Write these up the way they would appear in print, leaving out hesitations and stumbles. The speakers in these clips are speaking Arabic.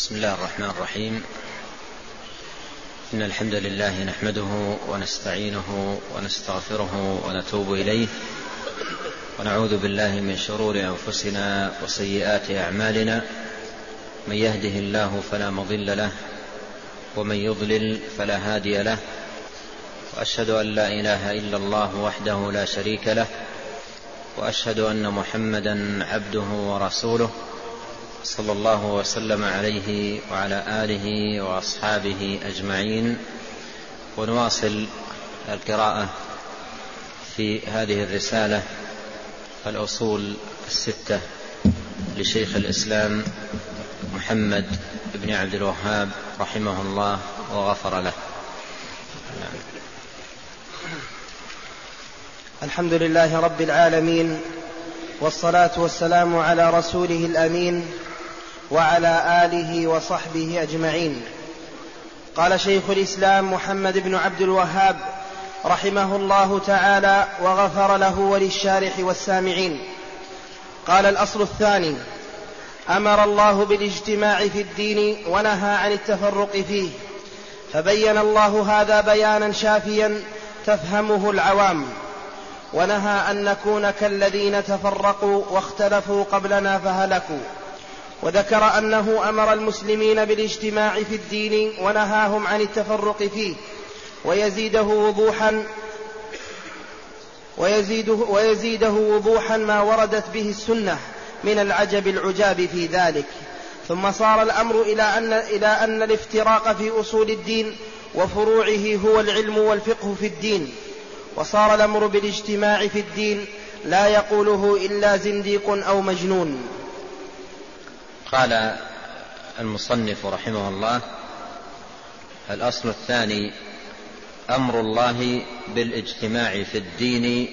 بسم الله الرحمن الرحيم. إن الحمد لله نحمده ونستعينه ونستغفره ونتوب إليه، ونعوذ بالله من شرور أنفسنا وسيئات أعمالنا. من يهده الله فلا مضل له، ومن يضلل فلا هادي له، وأشهد أن لا إله إلا الله وحده لا شريك له، وأشهد أن محمدا عبده ورسوله، صلى الله وسلم عليه وعلى آله وأصحابه أجمعين. ونواصل القراءة في هذه الرسالة الأصول الستة لشيخ الإسلام محمد بن عبد الوهاب رحمه الله وغفر له. الحمد لله رب العالمين، والصلاة والسلام على رسوله الأمين وعلى آله وصحبه أجمعين. قال شيخ الإسلام محمد بن عبد الوهاب رحمه الله تعالى وغفر له وللشارح والسامعين. قال: الأصل الثاني: أمر الله بالاجتماع في الدين ونهى عن التفرق فيه، فبين الله هذا بيانا شافيا تفهمه العوام، ونهى أن نكون كالذين تفرقوا واختلفوا قبلنا فهلكوا. وذكر أنه أمر المسلمين بالاجتماع في الدين ونهاهم عن التفرق فيه، ويزيده وضوحا ما وردت به السنة من العجب العجاب في ذلك. ثم صار الأمر إلى أن الافتراق في أصول الدين وفروعه هو العلم والفقه في الدين، وصار الأمر بالاجتماع في الدين لا يقوله إلا زنديق أو مجنون. قال المصنف رحمه الله: الأصل الثاني: أمر الله بالاجتماع في الدين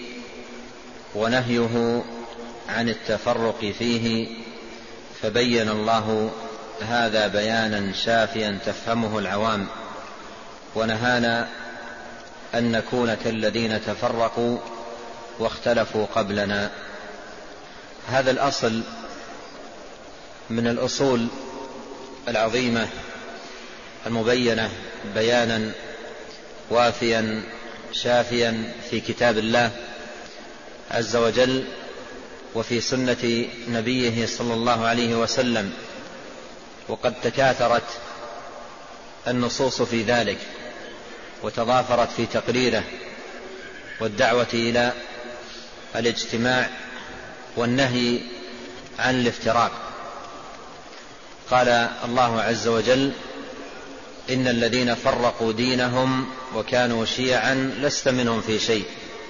ونهيه عن التفرق فيه، فبين الله هذا بيانا شافيا تفهمه العوام، ونهانا أن نكون كالذين تفرقوا واختلفوا قبلنا. هذا الأصل من الأصول العظيمة المبينة بيانا وافيا شافيا في كتاب الله عز وجل وفي سنة نبيه صلى الله عليه وسلم، وقد تكاثرت النصوص في ذلك وتضافرت في تقريره والدعوة إلى الاجتماع والنهي عن الافتراق. قال الله عز وجل: إن الذين فرقوا دينهم وكانوا شيعا لست منهم في شيء.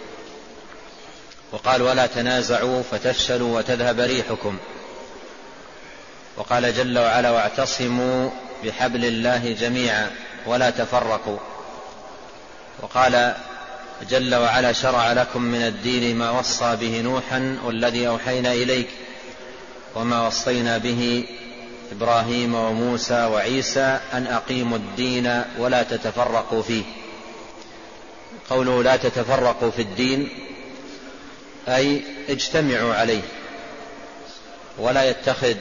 وقال: ولا تنازعوا فتفشلوا وتذهب ريحكم. وقال جل وعلا: واعتصموا بحبل الله جميعا ولا تفرقوا. وقال جل وعلا: شرع لكم من الدين ما وصى به نوحا والذي أوحينا إليك وما وصينا به إبراهيم وموسى وعيسى أن أقيموا الدين ولا تتفرقوا فيه. قوله لا تتفرقوا في الدين أي اجتمعوا عليه، ولا يتخذ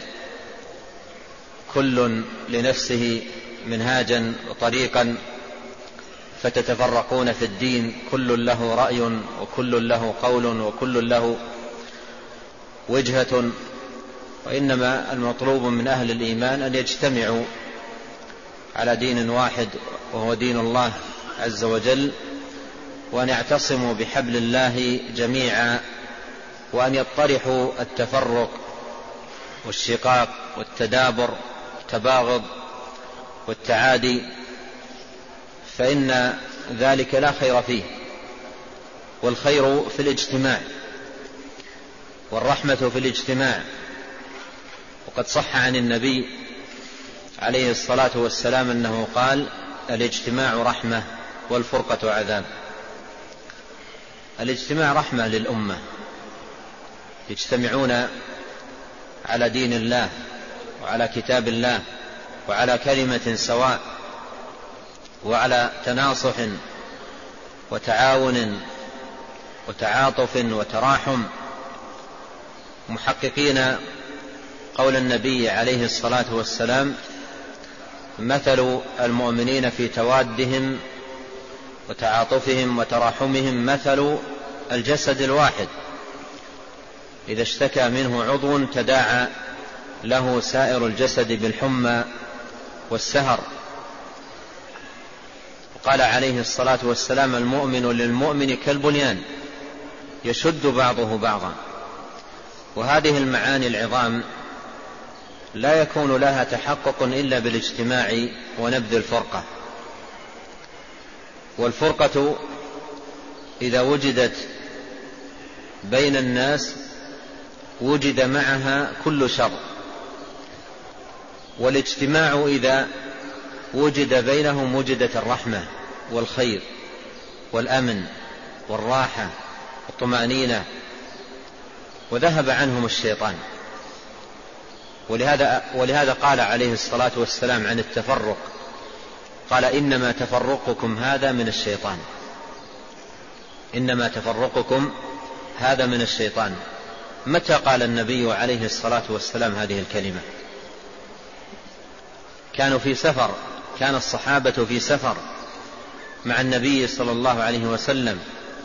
كل لنفسه منهاجا وطريقا فتتفرقون في الدين، كل له رأي وكل له قول وكل له وجهة. وإنما المطلوب من أهل الإيمان أن يجتمعوا على دين واحد وهو دين الله عز وجل، وأن يعتصموا بحبل الله جميعا، وأن يطرحوا التفرق والشقاق والتدابر والتباغض والتعادي، فإن ذلك لا خير فيه، والخير في الاجتماع والرحمة في الاجتماع. وقد صح عن النبي عليه الصلاة والسلام أنه قال: الاجتماع رحمة والفرقة عذاب. الاجتماع رحمة للأمة، يجتمعون على دين الله وعلى كتاب الله وعلى كلمة سواء وعلى تناصح وتعاون وتعاطف وتراحم، محققين قول النبي عليه الصلاة والسلام: مثل المؤمنين في توادهم وتعاطفهم وتراحمهم مثل الجسد الواحد إذا اشتكى منه عضو تداعى له سائر الجسد بالحمى والسهر. وقال عليه الصلاة والسلام: المؤمن للمؤمن كالبنيان يشد بعضه بعضا. وهذه المعاني العظام لا يكون لها تحقق إلا بالاجتماع ونبذ الفرقة. والفرقة إذا وجدت بين الناس وجد معها كل شر، والاجتماع إذا وجد بينهم وجدت الرحمة والخير والأمن والراحة والطمأنينة، وذهب عنهم الشيطان. ولهذا قال عليه الصلاة والسلام عن التفرق، قال: إنما تفرقكم هذا من الشيطان. إنما تفرقكم هذا من الشيطان. متى قال النبي عليه الصلاة والسلام هذه الكلمة؟ كانوا في سفر، كان الصحابة في سفر مع النبي صلى الله عليه وسلم.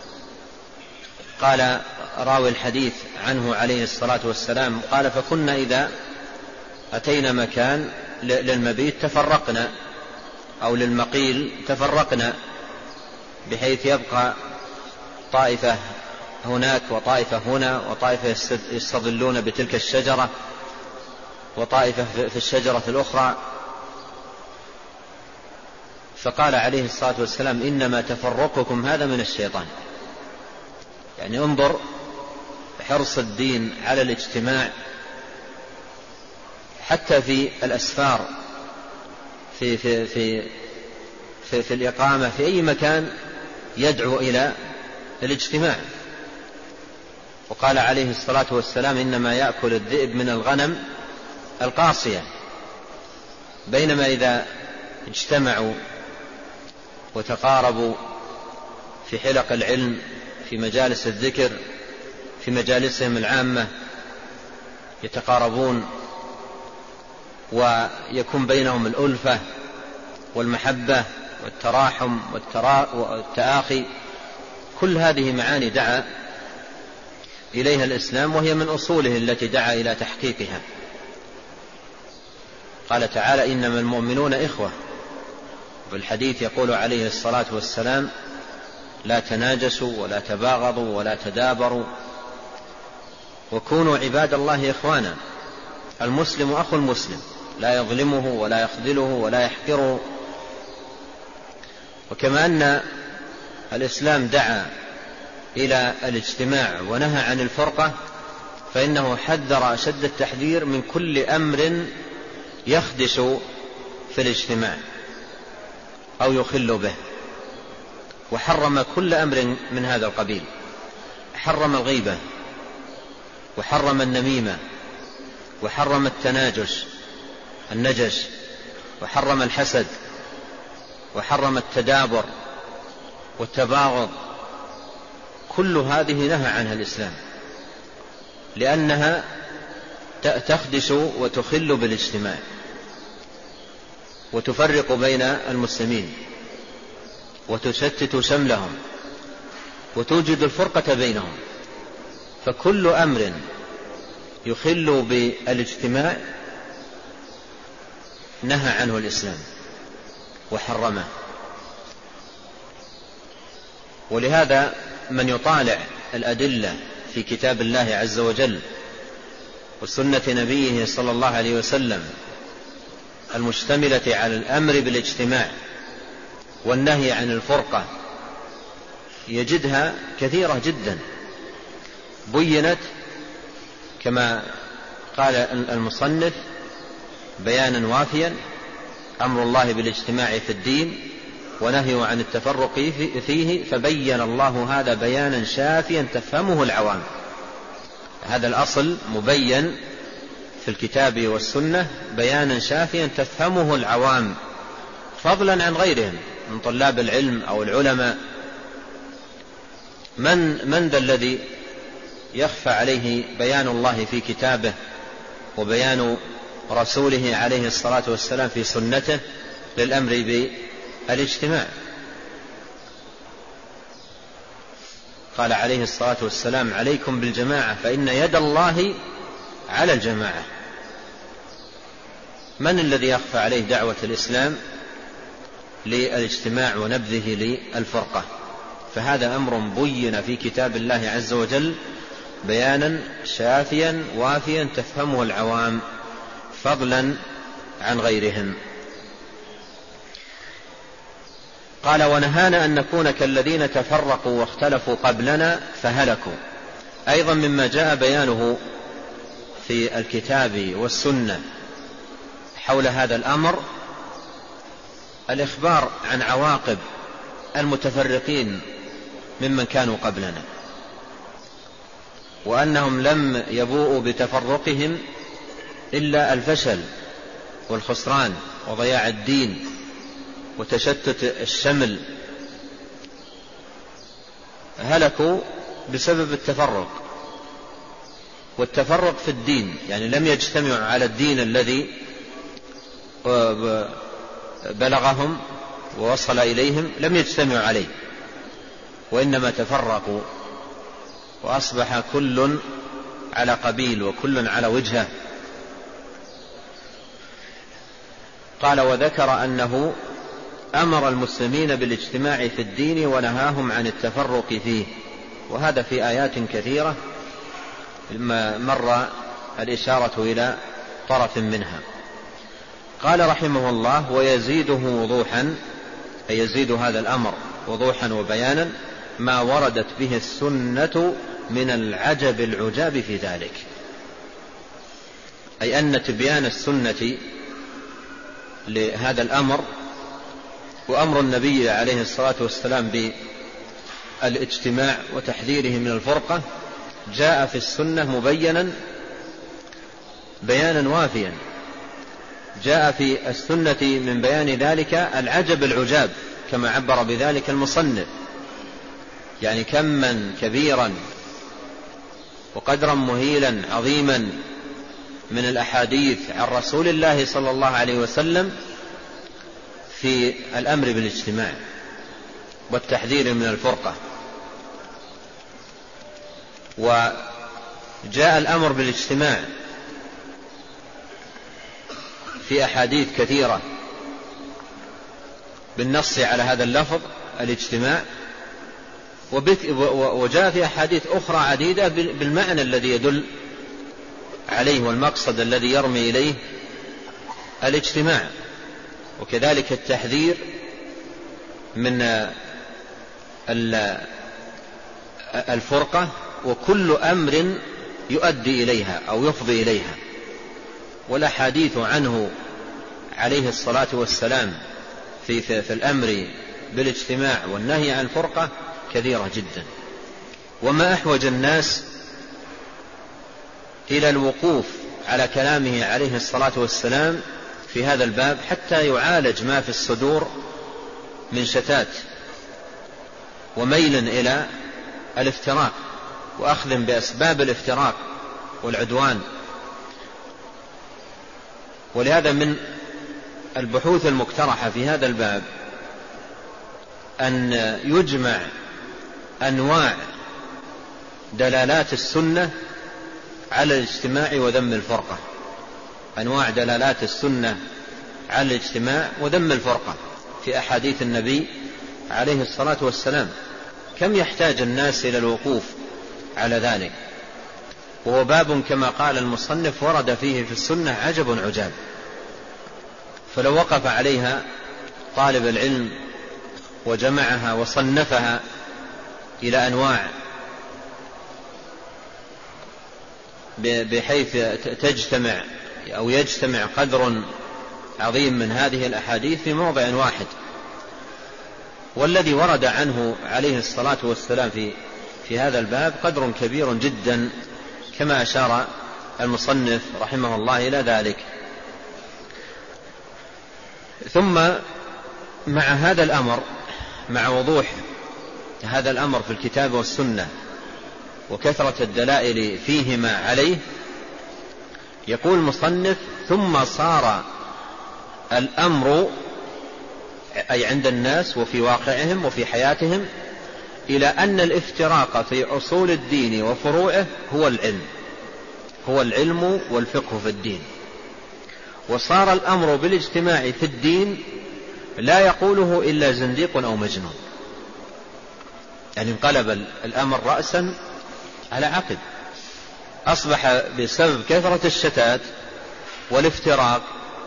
قال راوي الحديث عنه عليه الصلاة والسلام قال: فكنا إذا أتينا مكان للمبيت تفرقنا، أو للمقيل تفرقنا، بحيث يبقى طائفة هناك وطائفة هنا، وطائفة يستظلون بتلك الشجرة، وطائفة في الشجرة الأخرى. فقال عليه الصلاة والسلام: إنما تفرقكم هذا من الشيطان. يعني انظر حرص الدين على الاجتماع حتى في الأسفار، في, في, في, في, في الإقامة في أي مكان يدعو إلى الاجتماع. وقال عليه الصلاة والسلام: إنما يأكل الذئب من الغنم القاصية. بينما إذا اجتمعوا وتقاربوا في حلق العلم، في مجالس الذكر، في مجالسهم العامة، يتقاربون ويكون بينهم الألفة والمحبة والتراحم والتآخي. كل هذه معاني دعا إليها الإسلام، وهي من أصوله التي دعا إلى تحقيقها. قال تعالى: إنما المؤمنون إخوة. بالحديث يقول عليه الصلاة والسلام: لا تناجسوا ولا تباغضوا ولا تدابروا وكونوا عباد الله إخوانا. المسلم أخو المسلم، لا يظلمه ولا يخذله ولا يحقره. وكما أن الإسلام دعا إلى الاجتماع ونهى عن الفرقة، فإنه حذر أشد التحذير من كل أمر يخدش في الاجتماع أو يخل به، وحرم كل أمر من هذا القبيل. حرم الغيبة، وحرم النميمة، وحرم النجش، وحرم الحسد، وحرم التدابر والتباغض. كل هذه نهى عنها الإسلام، لأنها تخدش وتخل بالاجتماع وتفرق بين المسلمين وتشتت شملهم وتوجد الفرقة بينهم. فكل أمر يخل بالاجتماع نهى عنه الإسلام وحرمه. ولهذا من يطالع الأدلة في كتاب الله عز وجل وسنة نبيه صلى الله عليه وسلم المشتملة على الأمر بالاجتماع والنهي عن الفرقة، يجدها كثيرة جدا، بينت كما قال المصنف بيانا وافيا: أمر الله بالاجتماع في الدين ونهيه عن التفرق فيه، فبين الله هذا بيانا شافيا تفهمه العوام. هذا الأصل مبين في الكتاب والسنة بيانا شافيا تفهمه العوام، فضلا عن غيرهم من طلاب العلم أو العلماء. من ذا الذي يخفى عليه بيان الله في كتابه وبيان رسوله عليه الصلاة والسلام في سنته للأمر بالاجتماع. قال عليه الصلاة والسلام: عليكم بالجماعة فإن يد الله على الجماعة. من الذي يخفى عليه دعوة الإسلام للاجتماع ونبذه للفرقة؟ فهذا أمر بين في كتاب الله عز وجل بيانا شافيا وافيا تفهمه العوام فضلا عن غيرهم. قال: ونهانا أن نكون كالذين تفرقوا واختلفوا قبلنا فهلكوا. أيضا مما جاء بيانه في الكتاب والسنة حول هذا الأمر الإخبار عن عواقب المتفرقين ممن كانوا قبلنا، وأنهم لم يبوءوا بتفرقهم إلا الفشل والخسران وضياع الدين وتشتت الشمل. هلكوا بسبب التفرق، والتفرق في الدين، يعني لم يجتمعوا على الدين الذي بلغهم ووصل إليهم، لم يجتمعوا عليه، وإنما تفرقوا وأصبح كل على قبيل وكل على وجهه. قال: وذكر أنه أمر المسلمين بالاجتماع في الدين ونهاهم عن التفرق فيه، وهذا في آيات كثيرة مر الإشارة إلى طرف منها. قال رحمه الله: ويزيده وضوحا، أي يزيد هذا الأمر وضوحا وبيانا ما وردت به السنة من العجب العجاب في ذلك، أي أن تبيان السنة لهذا الأمر وأمر النبي عليه الصلاة والسلام بالاجتماع وتحذيره من الفرقة جاء في السنة مبينا بيانا وافيا. جاء في السنة من بيان ذلك العجب العجاب كما عبر بذلك المصنف، يعني كما كبيرا وقدرا مهيلا عظيما من الأحاديث عن رسول الله صلى الله عليه وسلم في الأمر بالاجتماع والتحذير من الفرقة. وجاء الأمر بالاجتماع في أحاديث كثيرة بالنص على هذا اللفظ الاجتماع، وجاء في أحاديث أخرى عديدة بالمعنى الذي يدل عليه والمقصد الذي يرمي إليه الاجتماع، وكذلك التحذير من الفرقة وكل أمر يؤدي إليها أو يفضي إليها. والأحاديث عنه عليه الصلاة والسلام في الأمر بالاجتماع والنهي عن الفرقة كثيرة جدا. وما أحوج الناس إلى الوقوف على كلامه عليه الصلاة والسلام في هذا الباب حتى يعالج ما في الصدور من شتات وميل إلى الافتراق وأخذ بأسباب الافتراق والعدوان. ولهذا من البحوث المقترحة في هذا الباب أن يجمع أنواع دلالات السنة على الاجتماع وذم الفرقة، أنواع دلالات السنة على الاجتماع وذم الفرقة في أحاديث النبي عليه الصلاة والسلام. كم يحتاج الناس إلى الوقوف على ذلك، وهو باب كما قال المصنف ورد فيه في السنة عجب عجاب. فلو وقف عليها طالب العلم وجمعها وصنفها إلى أنواع بحيث تجتمع أو يجتمع قدر عظيم من هذه الأحاديث في موضع واحد. والذي ورد عنه عليه الصلاة والسلام في هذا الباب قدر كبير جدا كما أشار المصنف رحمه الله إلى ذلك. ثم مع هذا الأمر، مع وضوح هذا الأمر في الكتاب والسنة وكثرة الدلائل فيهما عليه، يقول المصنف: ثم صار الأمر أي عند الناس وفي واقعهم وفي حياتهم إلى أن الافتراق في أصول الدين وفروعه هو العلم والفقه في الدين. وصار الأمر بالاجتماع في الدين لا يقوله إلا زنديق أو مجنون. يعني انقلب الأمر رأسا على عقب، أصبح بسبب كثرة الشتات والافتراق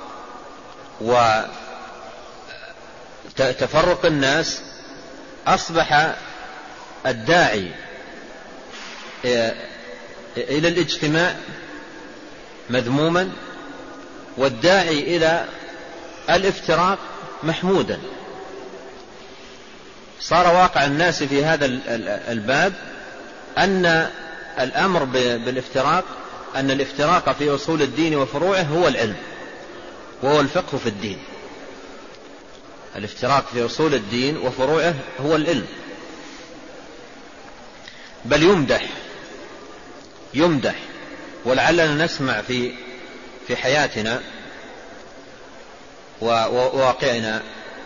وتفرق الناس، أصبح الداعي إلى الاجتماع مذموما، والداعي إلى الافتراق محمودا. صار واقع الناس في هذا الباب أن الأمر بالافتراق، أن الافتراق في أصول الدين وفروعه هو العلم وهو الفقه في الدين. الافتراق في أصول الدين وفروعه هو العلم، بل يمدح ولعلنا نسمع في حياتنا وواقعنا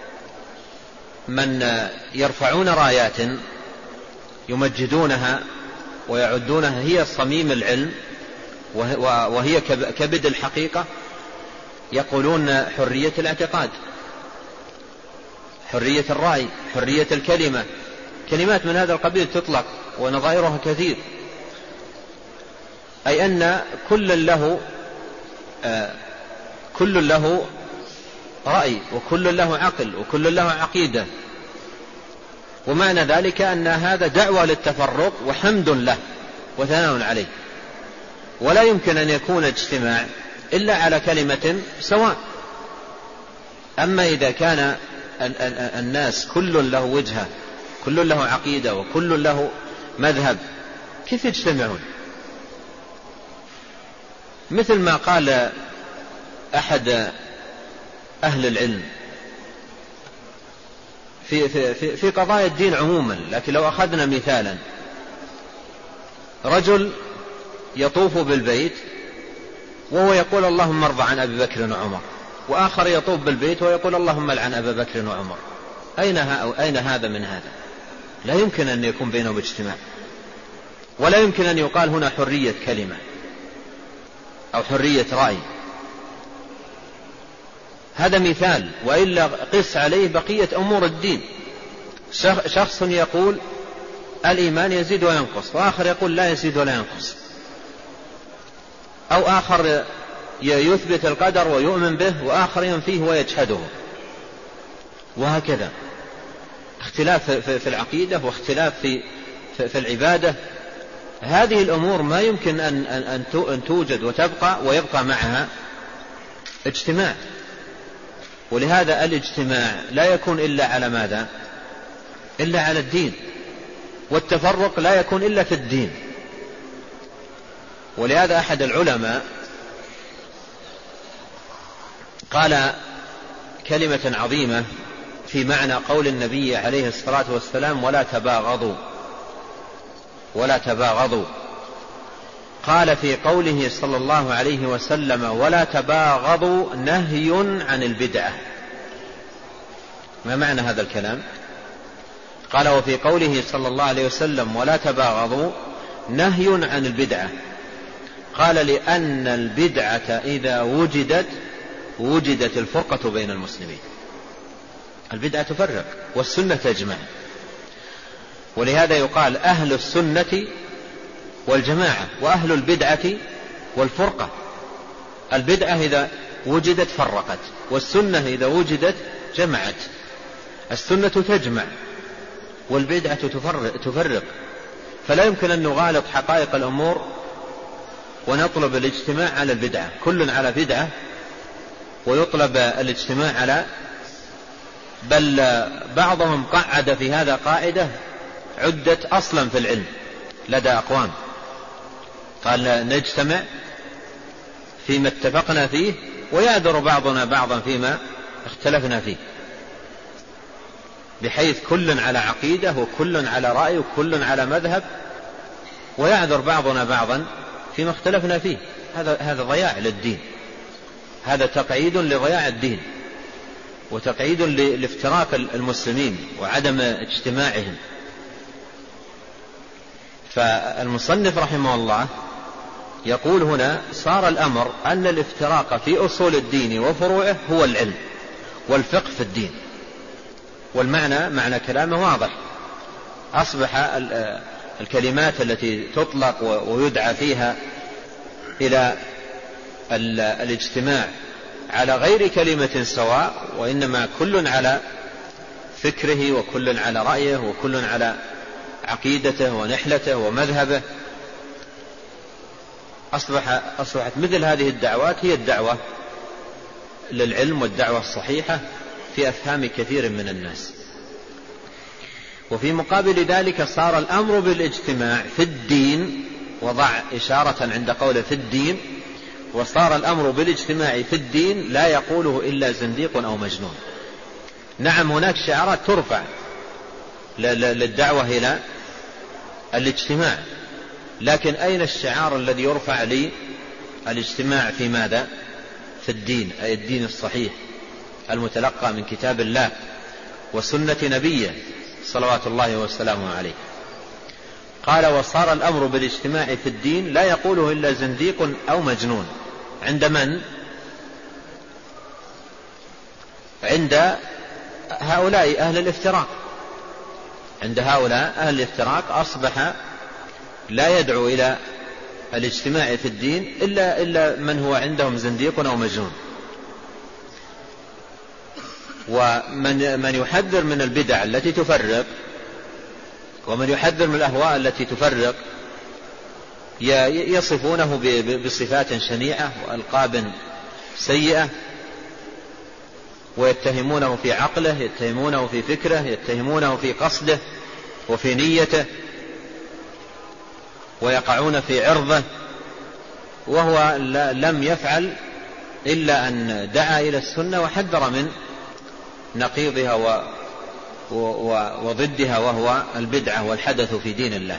من يرفعون رايات يمجدونها ويعدونها هي صميم العلم وهي كبد الحقيقة، يقولون حرية الاعتقاد، حرية الرأي، حرية الكلمة، كلمات من هذا القبيل تطلق ونظائرها كثير، أي أن كل له رأي وكل له عقل وكل له عقيدة. ومعنى ذلك أن هذا دعوة للتفرق وحمد له وثناء عليه، ولا يمكن أن يكون اجتماع إلا على كلمة سواء. أما إذا كان الناس كل له وجهة، كل له عقيدة وكل له مذهب، كيف يجتمعون؟ مثل ما قال أحد أهل العلم في قضايا الدين عموما، لكن لو أخذنا مثالا: رجل يطوف بالبيت وهو يقول اللهم ارض عن أبي بكر وعمر، وآخر يطوف بالبيت ويقول اللهم لعن أبا بكر وعمر. أين هذا من هذا؟ لا يمكن أن يكون بينهم اجتماع، ولا يمكن أن يقال هنا حرية كلمة أو حرية رأي. هذا مثال، وإلا قس عليه بقية أمور الدين. شخص يقول الإيمان يزيد وينقص، وآخر يقول لا يزيد ولا ينقص، أو آخر يثبت القدر ويؤمن به وآخر ينفيه ويجحده، وهكذا اختلاف في العقيدة واختلاف في العبادة. هذه الأمور ما يمكن أن توجد وتبقى ويبقى معها اجتماع. ولهذا الاجتماع لا يكون إلا على ماذا؟ إلا على الدين، والتفرق لا يكون إلا في الدين. ولهذا أحد العلماء قال كلمة عظيمة في معنى قول النبي عليه الصلاة والسلام: ولا تباغضوا. قال في قوله صلى الله عليه وسلم ولا تباغضوا نهي عن البدعة. ما معنى هذا الكلام؟ قال وفي قوله صلى الله عليه وسلم ولا تباغضوا نهي عن البدعة. قال لأن البدعة إذا وجدت الفرقة بين المسلمين. البدعة تفرق والسنة تجمع، ولهذا يقال أهل السنة والجماعة وأهل البدعة والفرقة. البدعة إذا وجدت فرقت، والسنة إذا وجدت جمعت. السنة تجمع والبدعة تفرق، فلا يمكن أن نغالط حقائق الأمور ونطلب الاجتماع على البدعة. كل على بدعة ويطلب الاجتماع على، بل بعضهم قعد في هذا قاعدة عدت أصلا في العلم لدى أقوام، قال نجتمع فيما اتفقنا فيه ويعذر بعضنا بعضا فيما اختلفنا فيه، بحيث كل على عقيدة وكل على رأي وكل على مذهب، ويعذر بعضنا بعضا فيما اختلفنا فيه. هذا ضياع للدين، هذا تقعيد لضياع الدين وتقعيد لافتراق المسلمين وعدم اجتماعهم. فالمصنف رحمه الله يقول هنا: صار الأمر أن الافتراق في أصول الدين وفروعه هو العلم والفقه في الدين. والمعنى معنى كلامه واضح، أصبح الكلمات التي تطلق ويدعى فيها إلى الاجتماع على غير كلمة سواء، وإنما كل على فكره وكل على رأيه وكل على عقيدته ونحلته ومذهبه. أصبحت مثل هذه الدعوات هي الدعوة للعلم والدعوة الصحيحة في أفهام كثير من الناس. وفي مقابل ذلك صار الأمر بالاجتماع في الدين، وضع إشارة عند قوله في الدين، وصار الأمر بالاجتماع في الدين لا يقوله إلا زنديق أو مجنون. نعم هناك شعارات ترفع للدعوة إلى الاجتماع، لكن أين الشعار الذي يرفع للاجتماع في ماذا؟ في الدين، أي الدين الصحيح المتلقى من كتاب الله وسنة نبيه صلوات الله وسلامه عليه. قال: وصار الأمر بالاجتماع في الدين لا يقوله إلا زنديق أو مجنون. عند من؟ عند هؤلاء أهل الافتراق. عند هؤلاء أهل الافتراق أصبح لا يدعو إلى الاجتماع في الدين إلا من هو عندهم زنديق أو مجنون. ومن يحذر من البدع التي تفرق، ومن يحذر من الأهواء التي تفرق، يصفونه بصفات شنيعة وألقاب سيئة، ويتهمونه في عقله، يتهمونه في فكره، يتهمونه في قصده وفي نيته، ويقعون في عرضه، وهو لم يفعل إلا أن دعا إلى السنة وحذر من نقيضها وضدها، وهو البدعة والحدث في دين الله.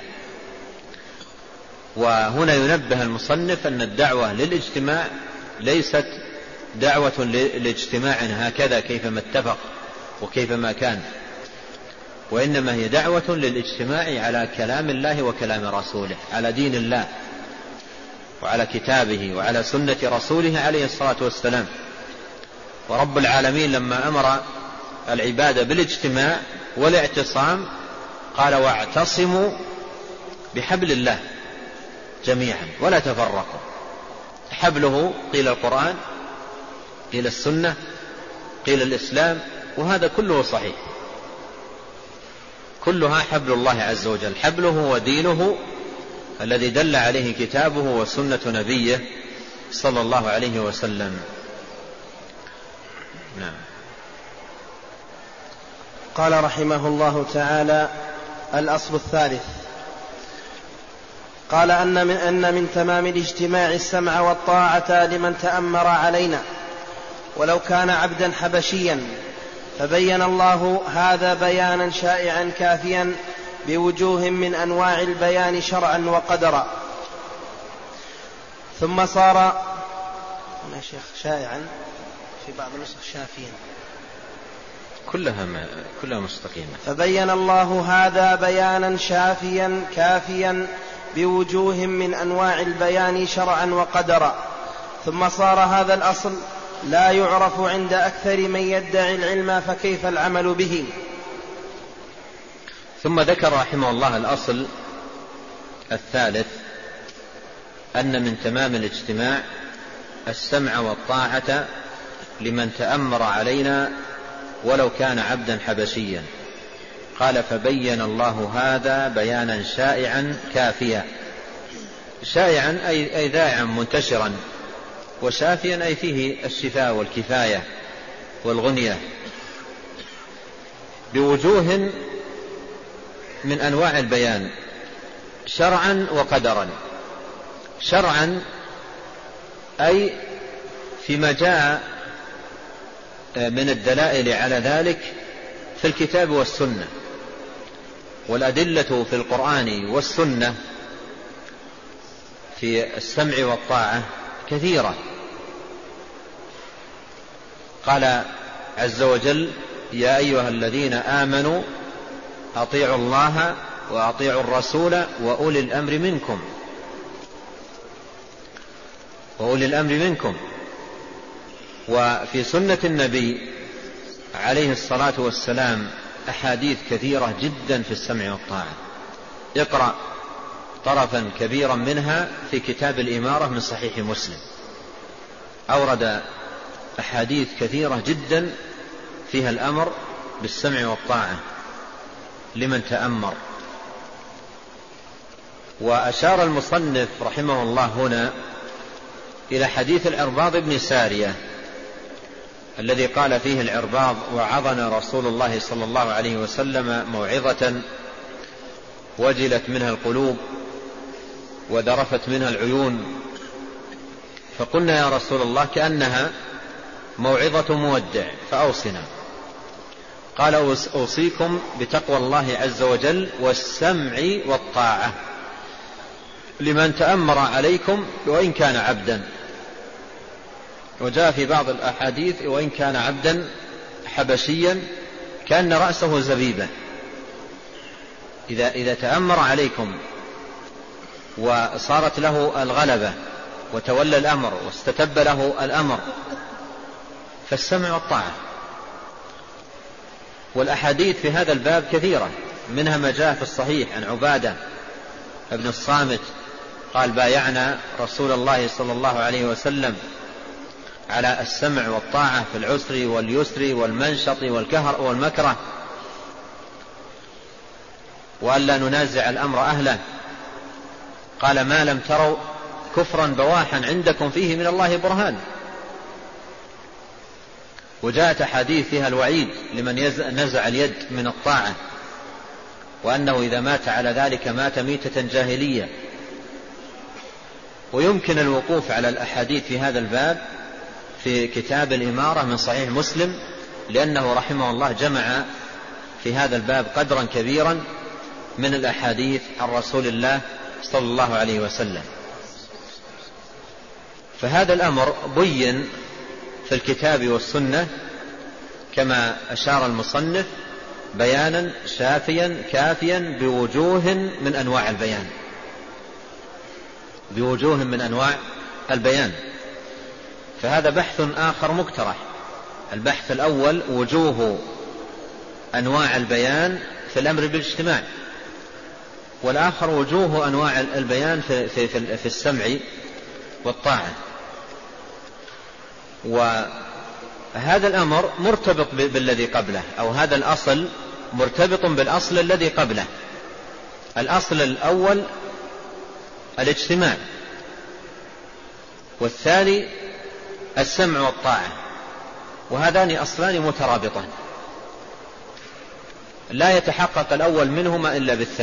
وهنا ينبه المصنف أن الدعوة للاجتماع ليست دعوة لاجتماع هكذا كيفما اتفق وكيفما كان، وإنما هي دعوة للاجتماع على كلام الله وكلام رسوله، على دين الله وعلى كتابه وعلى سنة رسوله عليه الصلاة والسلام. ورب العالمين لما أمر العباد بالاجتماع والاعتصام قال: واعتصموا بحبل الله جميعا ولا تفرقوا. حبله قيل القرآن، قيل السنة، قيل الإسلام، وهذا كله صحيح، كلها حبل الله عز وجل. حبله ودينه الذي دل عليه كتابه وسنة نبيه صلى الله عليه وسلم. نعم. قال رحمه الله تعالى: الأصل الثالث. قال أن من تمام الاجتماع السمع والطاعة لمن تأمر علينا ولو كان عبدا حبشيا، فبين الله هذا بيانا شائعا كافيا بوجوه من أنواع البيان شرعا وقدرا. ثم صار يا شيخ شائعا في بعض النسخ شافيا، كلها مستقيمة. فبين الله هذا بيانا شافيا كافيا بوجوه من أنواع البيان شرعا وقدرا. ثم صار هذا الأصل لا يعرف عند أكثر من يدعي العلم، فكيف العمل به؟ ثم ذكر رحمه الله الأصل الثالث، أن من تمام الاجتماع السمع والطاعة لمن تأمر علينا ولو كان عبدا حبشيا. قال: فبين الله هذا بيانا شائعا كافيا. شائعا أي ذائعا منتشرا، وشافيا أي فيه الشفاء والكفاية والغنية، بوجوه من أنواع البيان شرعا وقدرا. شرعا أي فيما جاء من الدلائل على ذلك في الكتاب والسنة، والأدلة في القرآن والسنة في السمع والطاعة كثيرة. قال عز وجل: يا أيها الذين آمنوا أطيعوا الله وأطيعوا الرسول وأولي الأمر منكم. وفي سنة النبي عليه الصلاة والسلام أحاديث كثيرة جدا في السمع والطاعة. اقرأ طرفا كبيرا منها في كتاب الإمارة من صحيح مسلم، أورد أحاديث كثيرة جدا فيها الأمر بالسمع والطاعة لمن تأمر. وأشار المصنف رحمه الله هنا إلى حديث العرباض بن سارية الذي قال فيه العرباض: وعظنا رسول الله صلى الله عليه وسلم موعظة وجلت منها القلوب وذرفت منها العيون، فقلنا يا رسول الله كأنها موعظة مودع فأوصنا. قال: أوصيكم بتقوى الله عز وجل والسمع والطاعة لمن تأمر عليكم وإن كان عبدا. وجاء في بعض الأحاديث: وإن كان عبدا حبشيا كأن رأسه زبيبة. إذا تأمر عليكم وصارت له الغلبة وتولى الأمر واستتب له الأمر فالسمع والطاعة. والأحاديث في هذا الباب كثيرة، منها ما جاء في الصحيح عن عبادة ابن الصامت قال: بايعنا رسول الله صلى الله عليه وسلم على السمع والطاعة في العسر واليسر والمنشط والمكره، وألا ننازع الأمر أهله. قال: ما لم تروا كفرا بواحا عندكم فيه من الله برهان. وجاءت أحاديث فيها الوعيد لمن نزع اليد من الطاعة، وأنه إذا مات على ذلك مات ميتة جاهلية. ويمكن الوقوف على الأحاديث في هذا الباب في كتاب الإمارة من صحيح مسلم، لأنه رحمه الله جمع في هذا الباب قدرا كبيرا من الأحاديث عن رسول الله صلى الله عليه وسلم. فهذا الأمر بين في الكتاب والسنة كما أشار المصنف بيانا شافيا كافيا بوجوه من أنواع البيان. فهذا بحث آخر مقترح. البحث الأول وجوه أنواع البيان في الأمر بالاجتماع، والآخر وجوه أنواع البيان في السمع والطاعة. وهذا الأمر مرتبط بالذي قبله، أو هذا الأصل مرتبط بالأصل الذي قبله. الأصل الأول الاجتماع، والثاني السمع والطاعة، وهذان أصلان مترابطان لا يتحقق الأول منهما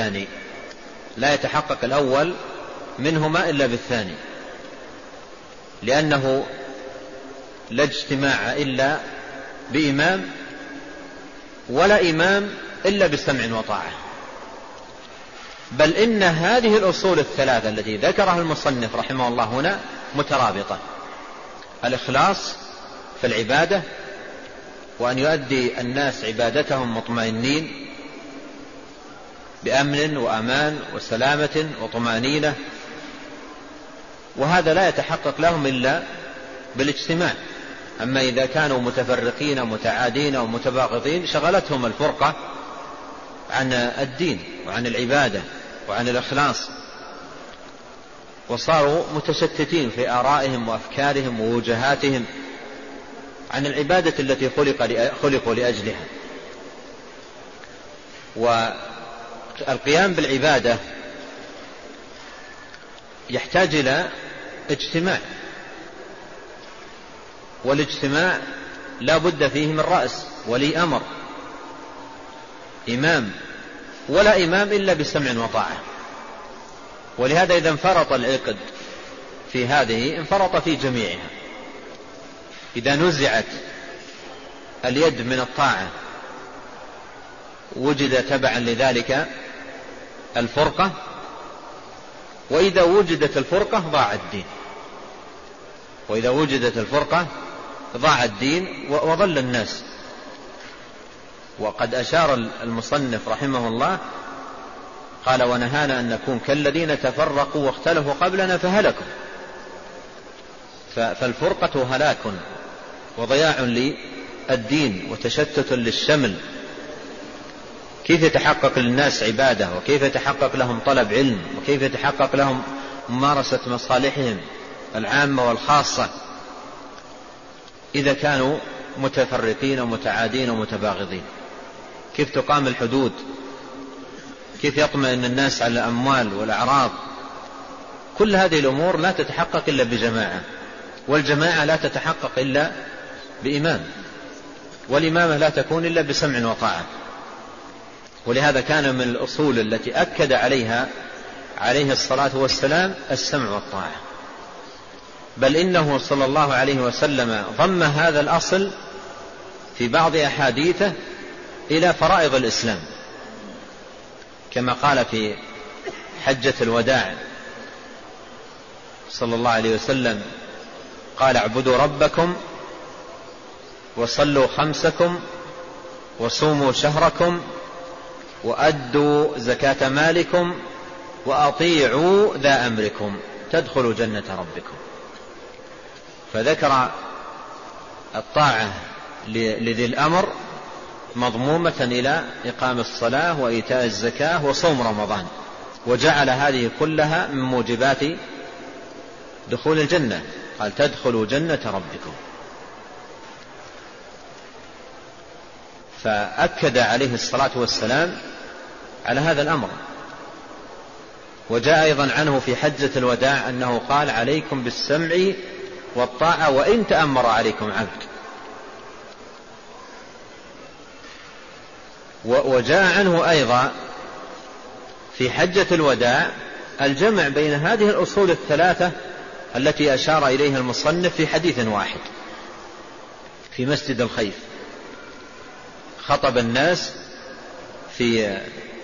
إلا بالثاني، لأنه لا اجتماع إلا بإمام، ولا إمام إلا بسمع وطاعة. بل إن هذه الأصول الثلاثة التي ذكرها المصنف رحمه الله هنا مترابطة: الإخلاص في العبادة، وأن يؤدي الناس عبادتهم مطمئنين بأمن وأمان وسلامة وطمأنينة، وهذا لا يتحقق لهم إلا بالاجتماع. أما إذا كانوا متفرقين متعادين ومتباغضين شغلتهم الفرقة عن الدين وعن العبادة وعن الإخلاص، وصاروا متشتتين في آرائهم وأفكارهم ووجهاتهم عن العبادة التي خلقوا لأجلها. والقيام بالعبادة يحتاج إلى اجتماع، والاجتماع لا بد فيه من رأس ولي أمر إمام، ولا إمام إلا بسمع وطاعة. ولهذا إذا انفرط العقد في هذه انفرط في جميعها. إذا نزعت اليد من الطاعة وجد تبعا لذلك الفرقة، وإذا وجدت الفرقة ضاع الدين. وإذا وجدت الفرقة ضاع الدين وضل الناس. وقد أشار المصنف رحمه الله قال: ونهانا أن نكون كالذين تفرقوا واختلفوا قبلنا فهلكوا. فالفرقة هلاك وضياع للدين وتشتت للشمل. كيف يتحقق للناس عبادة، وكيف يتحقق لهم طلب علم، وكيف يتحقق لهم ممارسة مصالحهم العامة والخاصة إذا كانوا متفرقين ومتعادين ومتباغضين؟ كيف تقام الحدود؟ كيف يطمئن الناس على الأموال والأعراض؟ كل هذه الأمور لا تتحقق إلا بجماعة، والجماعة لا تتحقق إلا بإمام، والإمامة لا تكون إلا بسمع وطاعة. ولهذا كان من الأصول التي أكد عليها عليه الصلاة والسلام السمع والطاعة، بل إنه صلى الله عليه وسلم ضم هذا الأصل في بعض أحاديثه إلى فرائض الإسلام، كما قال في حجة الوداع صلى الله عليه وسلم: قال: اعبدوا ربكم وصلوا خمسكم وصوموا شهركم وأدوا زكاة مالكم وأطيعوا ذا أمركم تدخلوا جنة ربكم. فذكر الطاعة لذي الأمر مضمومة إلى إقام الصلاة وإيتاء الزكاة وصوم رمضان، وجعل هذه كلها من موجبات دخول الجنة، قال: تدخلوا جنة ربكم. فأكد عليه الصلاة والسلام على هذا الأمر. وجاء أيضا عنه في حجة الوداع أنه قال: عليكم بالسمع والطاعة وإن تأمر عليكم عبد. وجاء عنه أيضا في حجة الوداع الجمع بين هذه الأصول الثلاثة التي أشار إليها المصنف في حديث واحد في مسجد الخيف. خطب الناس في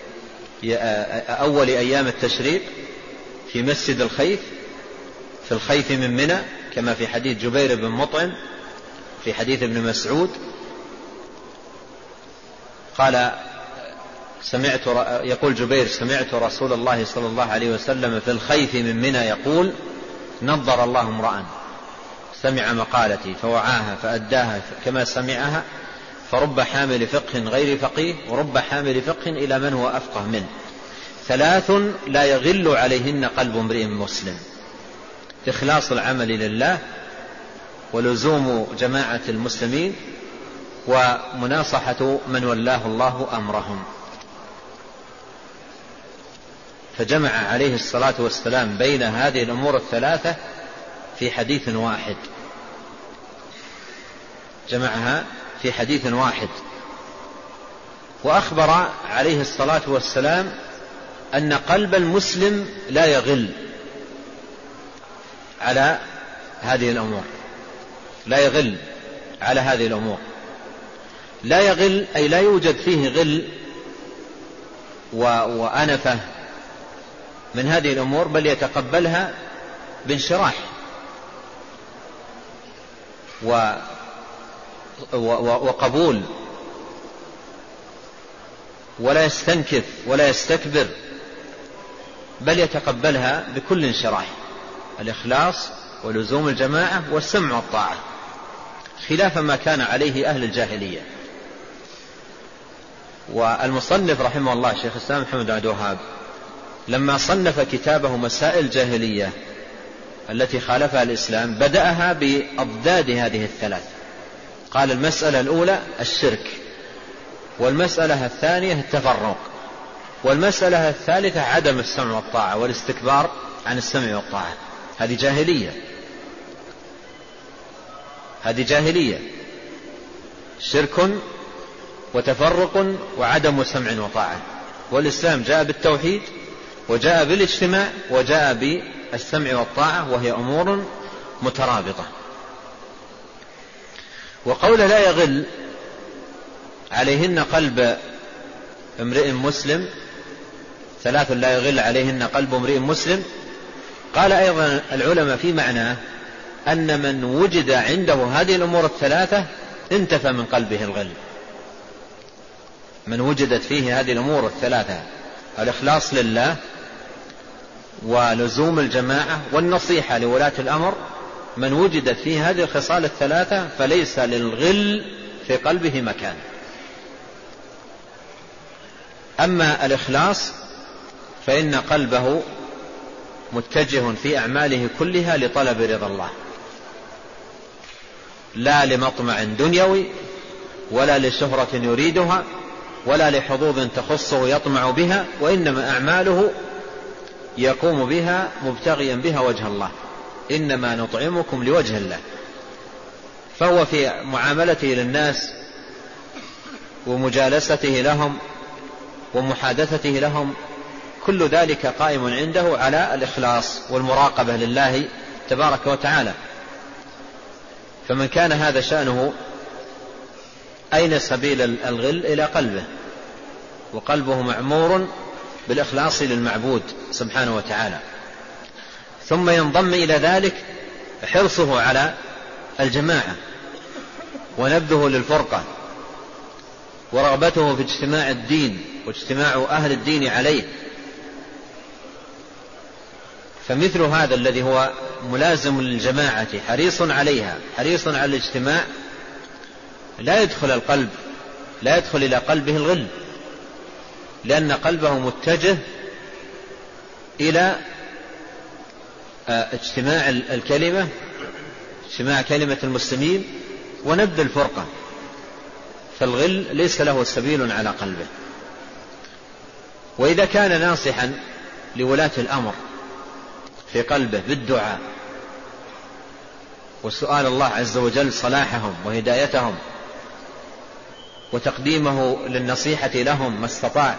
أول أيام التشريق في مسجد الخيف، في الخيف من منى، كما في حديث جبير بن مطعم في حديث ابن مسعود. قال: يقول جبير: سمعت رسول الله صلى الله عليه وسلم في الخيف من منى يقول: نظر الله امرأ سمع مقالتي فوعاها فأداها كما سمعها، فرب حامل فقه غير فقيه ورب حامل فقه إلى من هو أفقه منه، ثلاث لا يغل عليهن قلب امرئ مسلم: إخلاص العمل لله، ولزوم جماعة المسلمين، ومناصحة من ولاه الله أمرهم. فجمع عليه الصلاة والسلام بين هذه الأمور الثلاثة في حديث واحد، جمعها في حديث واحد. وأخبر عليه الصلاة والسلام أن قلب المسلم لا يغل على هذه الأمور، لا يغل على هذه الأمور. لا يغل أي لا يوجد فيه غل وأنفة من هذه الأمور، بل يتقبلها بانشراح وقبول، ولا يستنكف ولا يستكبر، بل يتقبلها بكل انشراح. الإخلاص ولزوم الجماعة والسمع والطاعة، خلاف ما كان عليه أهل الجاهلية. والمصنف رحمه الله شيخ الإسلام محمد بن عبد الوهاب لما صنف كتابه مسائل الجاهلية التي خالفها الإسلام بدأها بأضداد هذه الثلاث. قال: المسألة الأولى الشرك، والمسألة الثانية التفرق، والمسألة الثالثة عدم السمع والطاعة والاستكبار عن السمع والطاعة. هذه جاهلية، هذه جاهلية، شرك وتفرق وعدم سمع وطاعة. والإسلام جاء بالتوحيد وجاء بالاجتماع وجاء بالسمع والطاعة، وهي أمور مترابطة. وقول لا يغل عليهن قلب امرئ مسلم، ثلاث لا يغل عليهن قلب امرئ مسلم، قال أيضا العلماء في معناه أن من وجد عنده هذه الأمور الثلاثة انتفى من قلبه الغل. من وجدت فيه هذه الأمور الثلاثة: الإخلاص لله، ولزوم الجماعة، والنصيحة لولاة الأمر، من وجدت فيه هذه الخصال الثلاثة فليس للغل في قلبه مكان. أما الإخلاص فإن قلبه متجه في أعماله كلها لطلب رضا الله، لا لمطمع دنيوي، ولا لشهرة يريدها، ولا لحظوظ تخصه يطمع بها، وإنما أعماله يقوم بها مبتغيا بها وجه الله. إنما نطعمكم لوجه الله. فهو في معاملته للناس ومجالسته لهم ومحادثته لهم كل ذلك قائم عنده على الإخلاص والمراقبة لله تبارك وتعالى. فمن كان هذا شأنه أين سبيل الغل؟ إلى قلبه، وقلبه معمور بالإخلاص للمعبود سبحانه وتعالى. ثم ينضم إلى ذلك حرصه على الجماعة، ونبذه للفرقة، ورغبته في اجتماع الدين واجتماع أهل الدين عليه. فمثل هذا الذي هو ملازم للجماعة حريص عليها، حريص على الاجتماع، لا يدخل إلى قلبه الغل، لأن قلبه متجه إلى اجتماع الكلمة، اجتماع كلمة المسلمين، ونبذ الفرقة. فالغل ليس له سبيل على قلبه. وإذا كان ناصحا لولاة الأمر في قلبه بالدعاء وسؤال الله عز وجل صلاحهم وهدايتهم وتقديمه للنصيحة لهم ما استطاع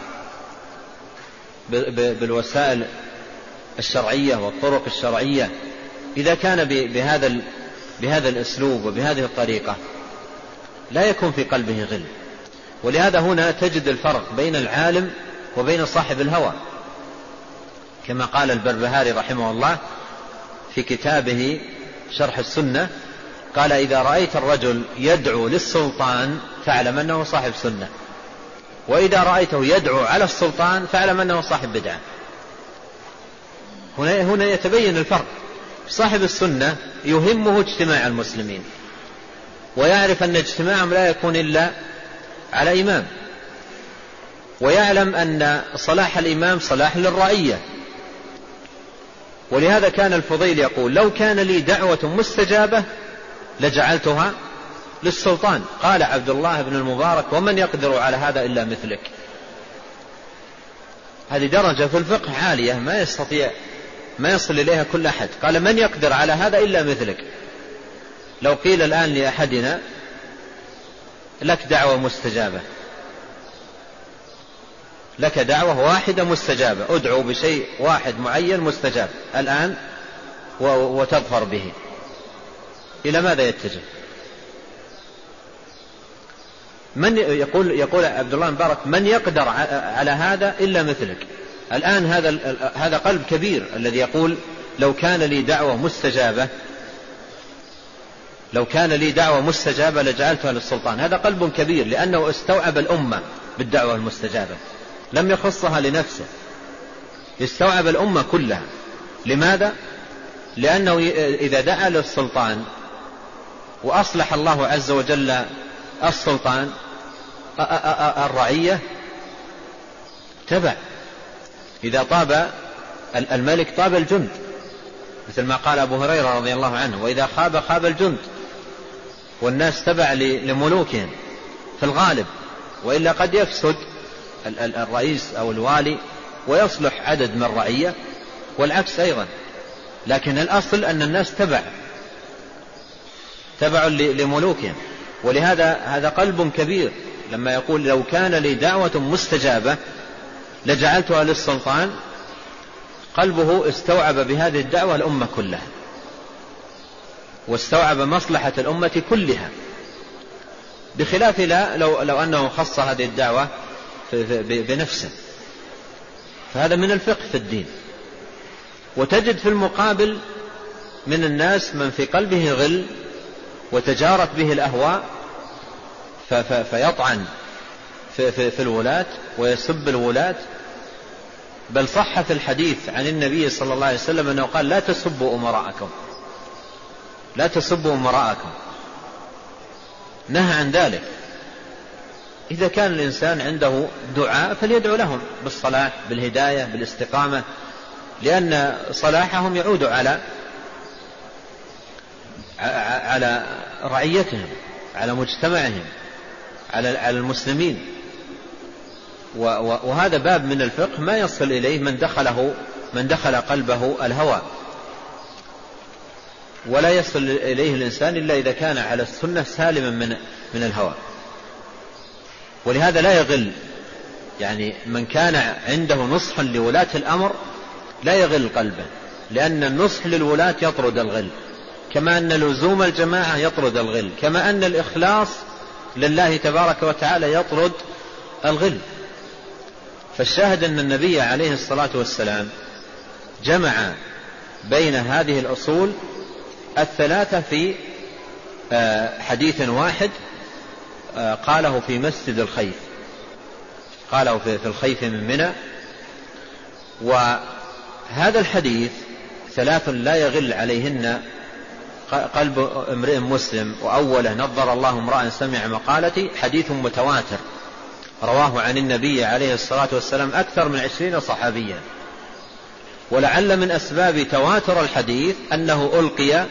بالوسائل الشرعية والطرق الشرعية، إذا كان بهذا الأسلوب وبهذه الطريقة لا يكون في قلبه غل. ولهذا هنا تجد الفرق بين العالم وبين صاحب الهوى، كما قال البربهاري رحمه الله في كتابه شرح السنة، قال: إذا رأيت الرجل يدعو للسلطان فاعلم أنه صاحب سنة، وإذا رأيته يدعو على السلطان فاعلم أنه صاحب بدعة. هنا يتبين الفرق. صاحب السنة يهمه اجتماع المسلمين، ويعرف أن اجتماعهم لا يكون إلا على إمام، ويعلم أن صلاح الإمام صلاح للرعية. ولهذا كان الفضيل يقول: لو كان لي دعوة مستجابة لجعلتها للسلطان. قال عبد الله بن المبارك: ومن يقدر على هذا إلا مثلك. هذه درجة في الفقه عالية ما يصل إليها كل أحد. قال: من يقدر على هذا إلا مثلك. لو قيل الآن لأحدنا: لك دعوة مستجابة، لك دعوة واحدة مستجابة، ادعو بشيء واحد معين مستجاب الآن وتظفر به، إلى ماذا يتجه؟ من يقول عبد الله مبارك: من يقدر على هذا إلا مثلك. الآن هذا قلب كبير الذي يقول: لو كان لي دعوة مستجابة لجعلتها للسلطان. هذا قلب كبير، لأنه استوعب الأمة بالدعوة المستجابة، لم يخصها لنفسه، استوعب الأمة كلها. لماذا؟ لأنه إذا دعا للسلطان وأصلح الله عز وجل السلطان، الرعية تبع. إذا طاب الملك طاب الجند، مثل ما قال أبو هريرة رضي الله عنه: وإذا خاب الجند. والناس تبع لملوكهم في الغالب، وإلا قد يفسد الرئيس أو الوالي ويصلح عدد من الرعية، والعكس أيضا. لكن الأصل أن الناس تبع لملوكهم. ولهذا هذا قلب كبير لما يقول: لو كان لي دعوة مستجابة لجعلتها للسلطان. قلبه استوعب بهذه الدعوة الأمة كلها، واستوعب مصلحة الأمة كلها، بخلاف لو أنه خص هذه الدعوة بنفسه. فهذا من الفقه في الدين. وتجد في المقابل من الناس من في قلبه غل وتجارت به الأهواء فيطعن في الولاة ويسب الولاة. بل صح في الحديث عن النبي صلى الله عليه وسلم أنه قال لا تسبوا أمراءكم، لا تسبوا أمراءكم، نهى عن ذلك. إذا كان الإنسان عنده دعاء فليدعو لهم بالصلاح بالهداية بالاستقامة، لأن صلاحهم يعود على رعيتهم، على مجتمعهم، على المسلمين. وهذا باب من الفقه ما يصل إليه من دخل قلبه الهوى، ولا يصل إليه الإنسان إلا إذا كان على السنة سالما من الهوى. ولهذا لا يغل، يعني من كان عنده نصح لولاة الأمر لا يغل قلبه، لأن النصح للولاة يطرد الغل، كما أن لزوم الجماعة يطرد الغل، كما أن الإخلاص لله تبارك وتعالى يطرد الغل. فالشاهد أن النبي عليه الصلاة والسلام جمع بين هذه الأصول الثلاثة في حديث واحد قاله في مسجد الخيف، قاله في الخيف من منى. وهذا الحديث ثلاث لا يغل عليهن قلب امرئ مسلم، وأوله نظر الله امرأ سمع مقالتي، حديث متواتر رواه عن النبي عليه الصلاة والسلام أكثر من 20 صحابيا. ولعل من أسباب تواتر الحديث أنه ألقي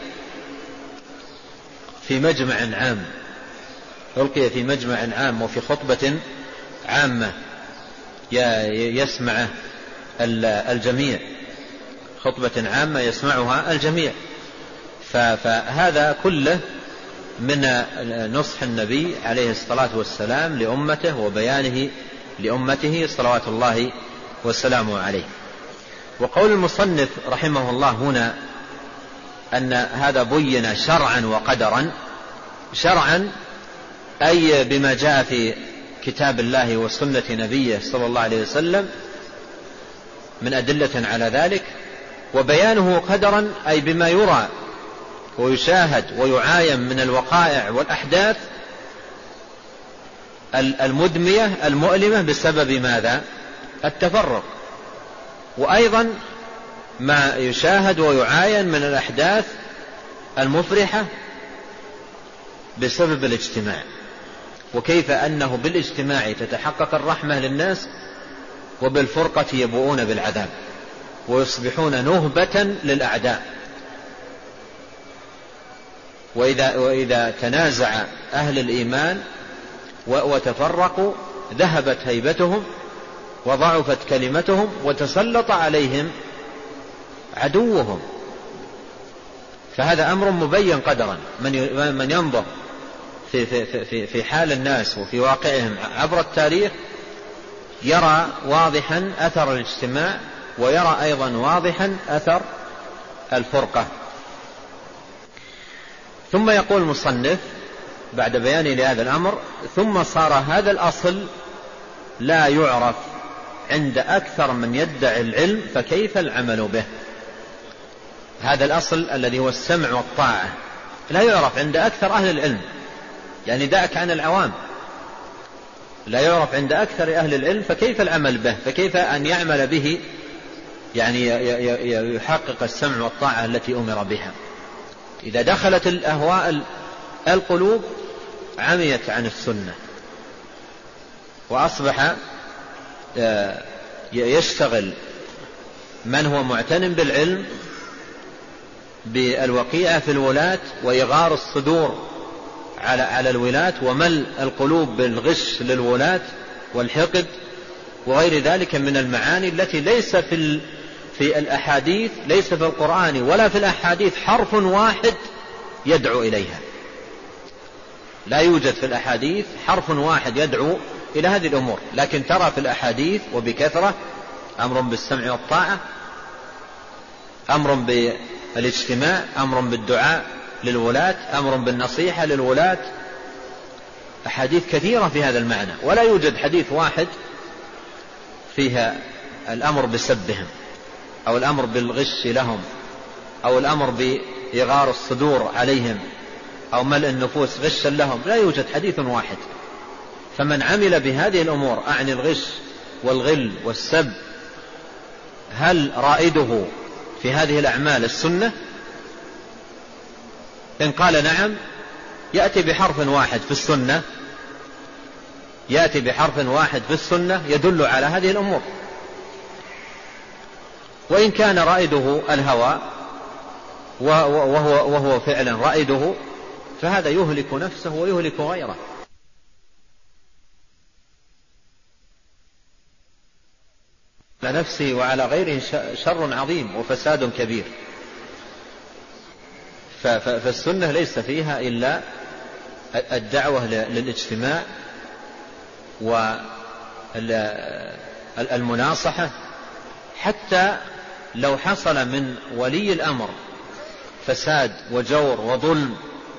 في مجمع عام، ألقي في مجمع عام وفي خطبة عامة يسمعه الجميع، خطبة عامة يسمعها الجميع. فهذا كله من نصح النبي عليه الصلاة والسلام لأمته وبيانه لأمته صلوات الله والسلام عليه. وقول المصنف رحمه الله هنا أن هذا بين شرعا وقدرا. شرعا أي بما جاء في كتاب الله وسنة نبيه صلى الله عليه وسلم من أدلة على ذلك. وبيانه قدرا أي بما يرى ويشاهد ويعاين من الوقائع والأحداث المدمية المؤلمة بسبب ماذا؟ التفرق. وأيضا ما يشاهد ويعاين من الأحداث المفرحة بسبب الاجتماع، وكيف أنه بالاجتماع تتحقق الرحمة للناس وبالفرقة يبوؤون بالعذاب ويصبحون نهبة للأعداء. وإذا تنازع أهل الإيمان وتفرقوا ذهبت هيبتهم وضعفت كلمتهم وتسلط عليهم عدوهم. فهذا أمر مبين قدرا. من ينظر في حال الناس وفي واقعهم عبر التاريخ يرى واضحا أثر الاجتماع، ويرى أيضا واضحا أثر الفرقة. ثم يقول المصنف بعد بيان لهذا الأمر: ثم صار هذا الأصل لا يعرف عند أكثر من يدعي العلم، فكيف العمل به؟ هذا الأصل الذي هو السمع والطاعة لا يعرف عند أكثر أهل العلم، يعني دعك عن العوام، لا يعرف عند أكثر أهل العلم، فكيف العمل به؟ فكيف أن يعمل به؟ يعني يحقق السمع والطاعة التي أمر بها. إذا دخلت الأهواء القلوب عميت عن السنة، وأصبح يشتغل من هو معتن بالعلم بالوقيعة في الولاة وإغار الصدور على الولاة وملء القلوب بالغش للولاة والحقد وغير ذلك من المعاني التي ليس في الأحاديث، ليس في القرآن ولا في الأحاديث حرف واحد يدعو إليها. لا يوجد في الأحاديث حرف واحد يدعو إلى هذه الأمور، لكن ترى في الأحاديث وبكثرة أمر بالسمع والطاعة، أمر بالاجتماع، أمر بالدعاء للولاة، أمر بالنصيحة للولاة، أحاديث كثيرة في هذا المعنى. ولا يوجد حديث واحد فيها الأمر بسبهم أو الأمر بالغش لهم أو الأمر إغار الصدور عليهم أو ملء النفوس غشا لهم، لا يوجد حديث واحد. فمن عمل بهذه الأمور أعني الغش والغل والسب، هل رائده في هذه الأعمال السنة؟ إن قال نعم يأتي بحرف واحد في السنة، يأتي بحرف واحد في السنة يدل على هذه الأمور. وإن كان رائده الهوى وهو فعلا رائده، فهذا يهلك نفسه ويهلك غيره. على نفسه وعلى غيره شر عظيم وفساد كبير. فالسنة ليس فيها إلا الدعوة للاجتماع والمناصحة، حتى لو حصل من ولي الأمر فساد وجور وظلم،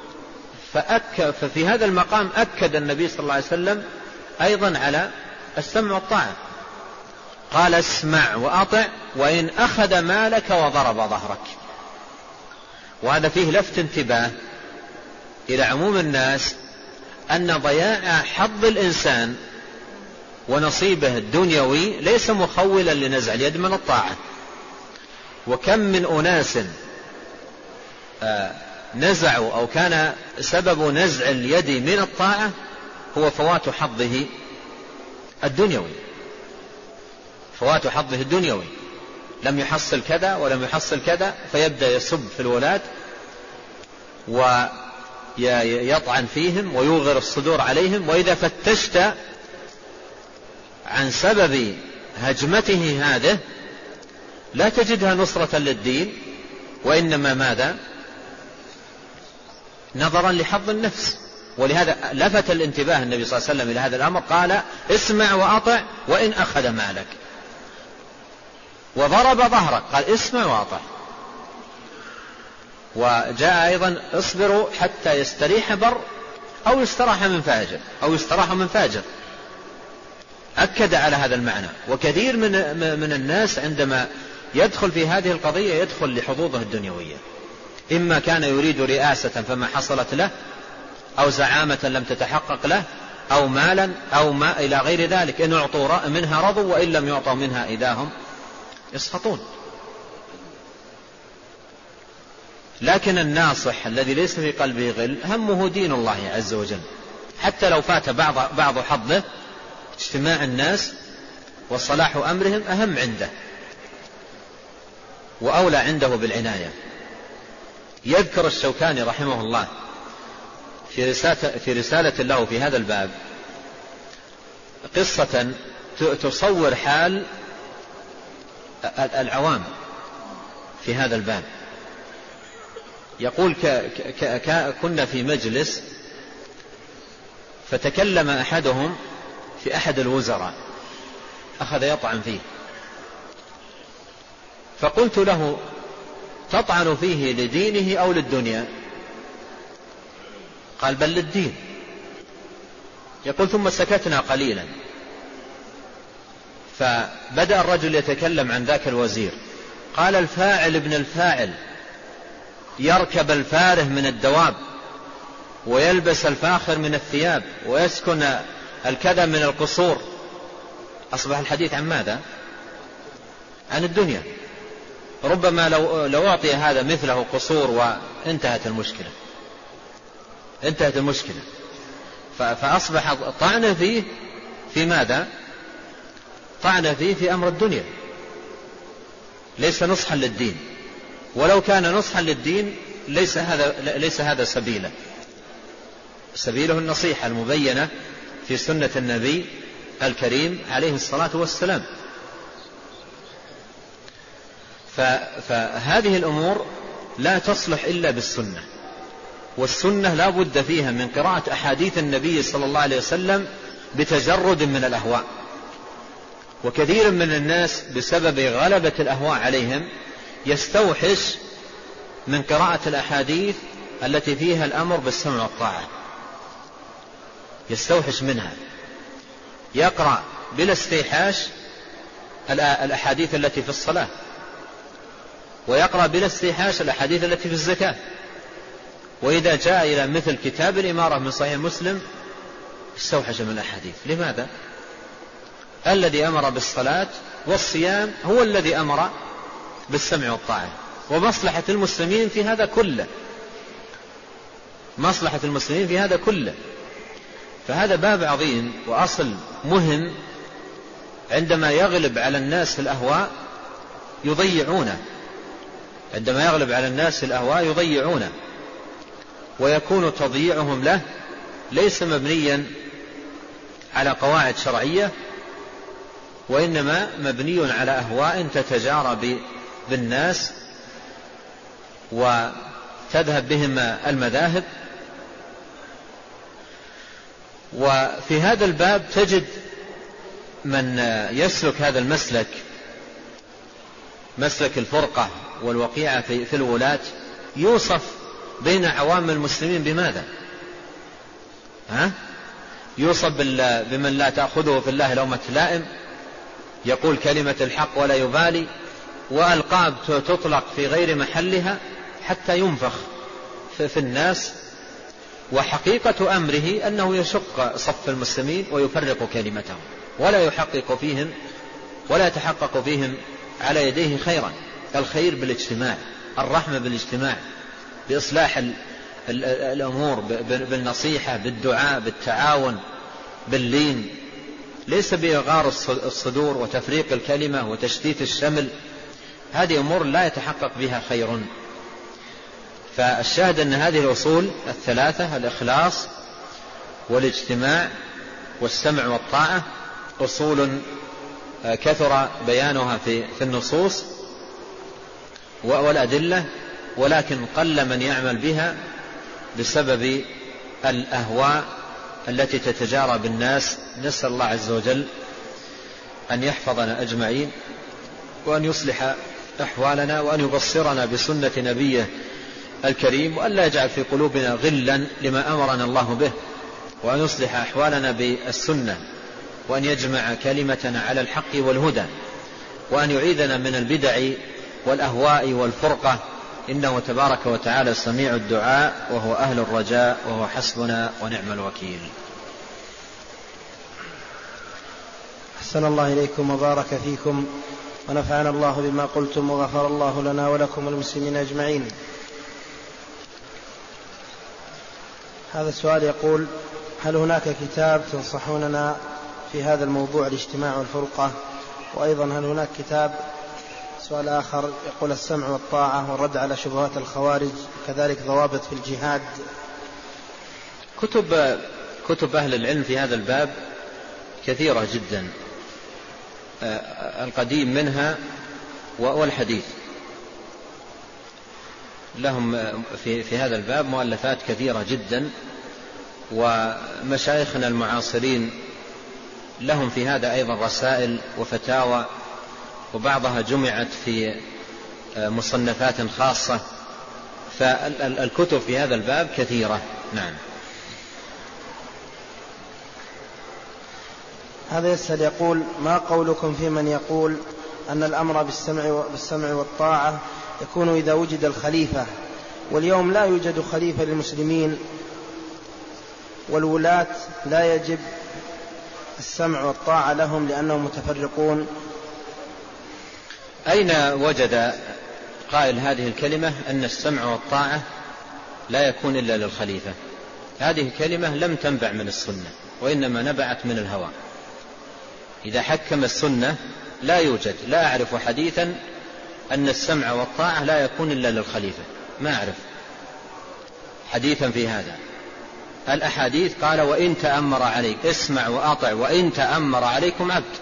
ففي هذا المقام أكد النبي صلى الله عليه وسلم أيضا على السمع والطاعة، قال اسمع وأطع وإن أخذ مالك وضرب ظهرك. وهذا فيه لفت انتباه إلى عموم الناس أن ضياع حظ الإنسان ونصيبه الدنيوي ليس مخولا لنزع اليد من الطاعة. وكم من أناس نزعوا أو كان سبب نزع اليد من الطاعة هو فوات حظه الدنيوي، فوات حظه الدنيوي، لم يحصل كذا ولم يحصل كذا، فيبدأ يسب في الولاة ويطعن فيهم ويوغر الصدور عليهم. وإذا فتشت عن سبب هجمته هذه لا تجدها نصرة للدين، وإنما ماذا؟ نظرا لحظ النفس. ولهذا لفت الانتباه النبي صلى الله عليه وسلم إلى هذا الأمر، قال اسمع وأطع وإن أخذ مالك، وضرب ظهرك قال اسمع وأطع. وجاء أيضا اصبروا حتى يستريح بر أو يستراح من فاجر أو يستراح من فاجر، أكد على هذا المعنى. وكثير من الناس عندما يدخل في هذه القضية يدخل لحظوظه الدنيوية، إما كان يريد رئاسة فما حصلت له، أو زعامة لم تتحقق له، أو مالا أو ما إلى غير ذلك. إن أعطوا منها رضوا وإن لم يعطوا منها إذا هم يسخطون. لكن الناصح الذي ليس في قلبه غل همه دين الله عز وجل، حتى لو فات بعض حظه، اجتماع الناس وصلاح أمرهم أهم عنده وأولى عنده بالعناية. يذكر الشوكاني رحمه الله في رسالة له في هذا الباب قصة تصور حال العوام في هذا الباب. يقول كنا في مجلس فتكلم أحدهم في أحد الوزراء، أخذ يطعن فيه، فقلت له تطعن فيه لدينه أو للدنيا؟ قال بل للدين. يقول ثم سكتنا قليلا، فبدأ الرجل يتكلم عن ذاك الوزير، قال الفاعل ابن الفاعل يركب الفاره من الدواب ويلبس الفاخر من الثياب ويسكن الكذا من القصور. أصبح الحديث عن ماذا؟ عن الدنيا. ربما لو أعطي هذا مثله قصور وانتهت المشكلة، انتهت المشكلة. فأصبح طعن فيه في ماذا؟ طعن فيه في أمر الدنيا، ليس نصحا للدين. ولو كان نصحا للدين ليس هذا سبيله. سبيله النصيحة المبينة في سنة النبي الكريم عليه الصلاة والسلام. فهذه الأمور لا تصلح إلا بالسنة، والسنة لا بد فيها من قراءة أحاديث النبي صلى الله عليه وسلم بتجرد من الأهواء. وكثير من الناس بسبب غلبة الأهواء عليهم يستوحش من قراءة الأحاديث التي فيها الأمر بالسمع والطاعة، يستوحش منها، يقرأ بلا استيحاش الأحاديث التي في الصلاة، ويقرأ بلا استيحاش الأحاديث التي في الزكاة. وإذا جاء إلى مثل كتاب الإمارة من صحيح مسلم استوحش من الأحاديث. لماذا؟ الذي أمر بالصلاة والصيام هو الذي أمر بالسمع والطاعة، ومصلحة المسلمين في هذا كله، مصلحة المسلمين في هذا كله. فهذا باب عظيم وأصل مهم. عندما يغلب على الناس في الأهواء يضيعونه، عندما يغلب على الناس في الأهواء يضيعونه، ويكون تضييعهم له ليس مبنيا على قواعد شرعية، وإنما مبني على أهواء تتجارى بالناس وتذهب بهم المذاهب. وفي هذا الباب تجد من يسلك هذا المسلك، مسلك الفرقة والوقيعة في الولاة، يوصف بين عوام المسلمين بماذا؟ يوصف بمن لا تأخذه في الله لومة لائم، يقول كلمة الحق ولا يبالي، وألقاب تطلق في غير محلها حتى ينفخ في الناس. وحقيقة أمره أنه يشق صف المسلمين ويفرق كلمتهم، ولا يحقق فيهم ولا يتحقق فيهم على يديه خيرا. الخير بالاجتماع، الرحمة بالاجتماع، بإصلاح الأمور، بالنصيحة، بالدعاء، بالتعاون، باللين، ليس بإغار الصدور وتفريق الكلمة وتشتيت الشمل. هذه أمور لا يتحقق بها خير. فالشاهد أن هذه الأصول الثلاثة، الإخلاص والاجتماع والسمع والطاعة، أصول كثر بيانها في النصوص والأدلة، ولكن قل من يعمل بها بسبب الأهواء التي تتجارى بالناس. نسأل الله عز وجل أن يحفظنا أجمعين، وأن يصلح أحوالنا، وأن يبصرنا بسنة نبيه الكريم، وأن لا يجعل في قلوبنا غلا لما أمرنا الله به، وأن يصلح أحوالنا بالسنة، وأن يجمع كلمتنا على الحق والهدى، وأن يعيذنا من البدع والأهواء والفرقة، إنه تبارك وتعالى سميع الدعاء، وهو أهل الرجاء، وهو حسبنا ونعم الوكيل. أحسن الله إليكم وبارك فيكم، ونفعنا الله بما قلتم، وغفر الله لنا ولكم والمسلمين أجمعين. هذا السؤال يقول: هل هناك كتاب تنصحوننا في هذا الموضوع، الاجتماع والفرقة؟ وأيضا هل هناك كتاب، سؤال آخر يقول: السمع والطاعة والرد على شبهات الخوارج، كذلك ضوابط في الجهاد. كتب أهل العلم في هذا الباب كثيرة جدا، القديم منها والحديث، لهم في هذا الباب مؤلفات كثيرة جدا. ومشايخنا المعاصرين لهم في هذا أيضا رسائل وفتاوى، وبعضها جمعت في مصنفات خاصة. فالكتب في هذا الباب كثيرة. نعم. هذا يسأل يقول: ما قولكم في من يقول أن الأمر بالسمع والطاعة يكون إذا وجد الخليفة، واليوم لا يوجد خليفة للمسلمين، والولاة لا يجب السمع والطاعة لهم لأنهم متفرقون؟ أين وجد قائل هذه الكلمة أن السمع والطاعة لا يكون إلا للخليفة؟ هذه كلمة لم تنبع من السنة، وإنما نبعت من الهوى. إذا حكم السنة لا يوجد، لا أعرف حديثا أن السمع والطاعة لا يكون إلا للخليفة، ما أعرف حديثا في هذا. الأحاديث قال: وإن تأمر عليك، اسمع وأطع، وإن تأمر عليكم عبد.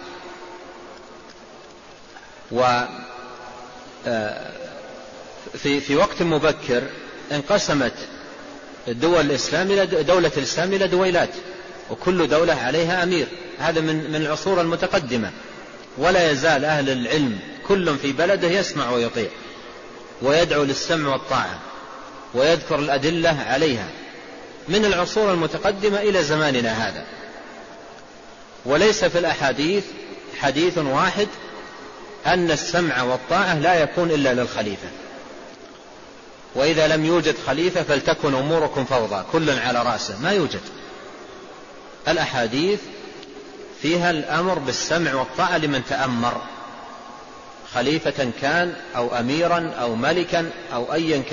في وقت مبكر انقسمت دولة الإسلام إلى دويلات، وكل دولة عليها أمير. هذا من العصور المتقدمة، ولا يزال أهل العلم كل في بلده يسمع ويطيع، ويدعو للسمع والطاعة، ويذكر الأدلة عليها، من العصور المتقدمة إلى زماننا هذا. وليس في الأحاديث حديث واحد أن السمع والطاعة لا يكون إلا للخليفة، وإذا لم يوجد خليفة فلتكن أموركم فوضى كل على رأسه، ما يوجد. الأحاديث فيها الأمر بالسمع والطاعة لمن تأمر، خليفة كان أو أميرا أو ملكا أو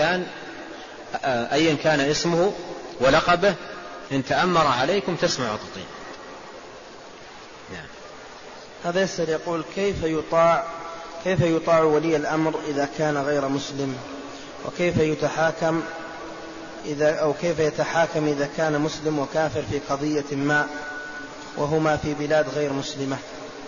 أيا كان اسمه ولقبه، إن تأمر عليكم تسمع وتطيع. نعم. هذا يسأل يقول كيف يطاع ولي الأمر إذا كان غير مسلم، وكيف يتحاكم إذا كان مسلم وكافر في قضية ما وهما في بلاد غير مسلمة؟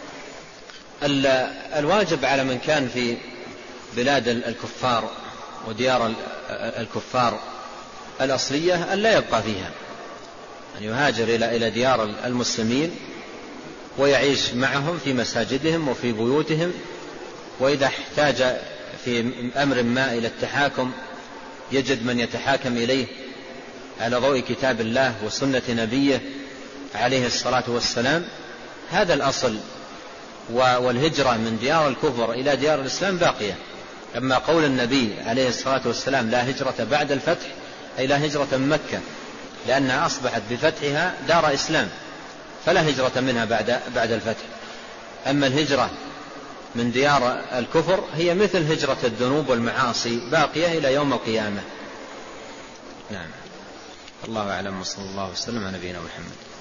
الواجب على من كان في بلاد الكفار وديار الكفار الأصلية أن لا يبقى فيها، أن يهاجر إلى ديار المسلمين ويعيش معهم في مساجدهم وفي بيوتهم، وإذا احتاج في أمر ما إلى التحاكم يجد من يتحاكم إليه على ضوء كتاب الله وسنة نبيه عليه الصلاة والسلام. هذا الأصل، والهجرة من ديار الكفر إلى ديار الإسلام باقية. أما قول النبي عليه الصلاة والسلام لا هجرة بعد الفتح، أي لا هجرة من مكة، لأنها أصبحت بفتحها دار إسلام فلا هجرة منها بعد الفتح. أما الهجرة من ديار الكفر هي مثل هجرة الذنوب والمعاصي باقية إلى يوم القيامة. نعم. الله أعلم، وصلى الله وسلم على نبينا محمد.